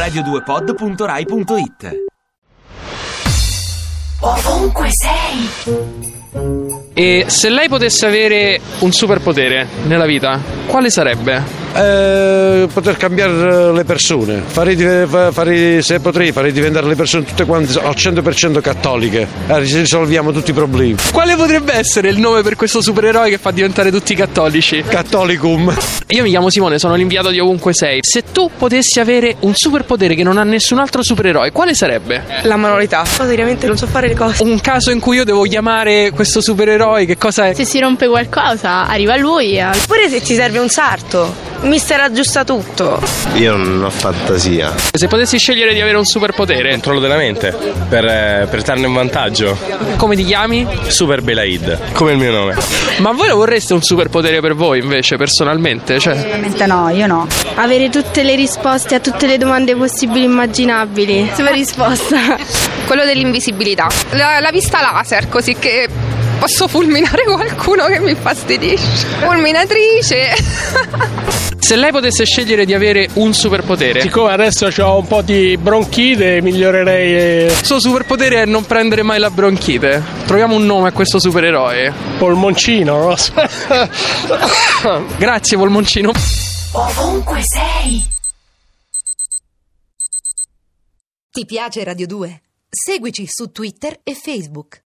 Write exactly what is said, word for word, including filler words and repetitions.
radio due pod punto rai punto it. Ovunque sei. E se lei potesse avere un superpotere nella vita, quale sarebbe? Eh, poter cambiare le persone, fare, fare, se potrei farei diventare le persone tutte quante al cento per cento cattoliche, eh, risolviamo tutti i problemi. Quale potrebbe essere il nome per questo supereroe che fa diventare tutti cattolici? Cattolicum. Io mi chiamo Simone, sono l'inviato di Ovunque Sei. Se tu potessi avere un superpotere che non ha nessun altro supereroe, quale sarebbe? La manualità. Praticamente non so fare le cose. Un caso in cui io devo chiamare questo supereroe, che cosa è? Se si rompe qualcosa, arriva lui e... Oppure se ti serve un sarto, mister aggiusta tutto. Io non ho fantasia. Se potessi scegliere di avere un superpotere, controllo della mente per, eh, per trarne un vantaggio. Come ti chiami? Super Belaid, come il mio nome. Ma voi lo vorreste un superpotere per voi invece, personalmente? Cioè... Ovviamente no, io no. Avere tutte le risposte a tutte le domande possibili e immaginabili. Super risposta. Quello dell'invisibilità. La, la vista laser, così che posso fulminare qualcuno che mi infastidisce. Fulminatrice. Se lei potesse scegliere di avere un superpotere, siccome adesso ho un po' di bronchite, migliorerei. Il suo superpotere è non prendere mai la bronchite. Troviamo un nome a questo supereroe. Polmoncino, non lo so. Grazie, Polmoncino. Ovunque sei. Ti piace Radio due? Seguici su Twitter e Facebook.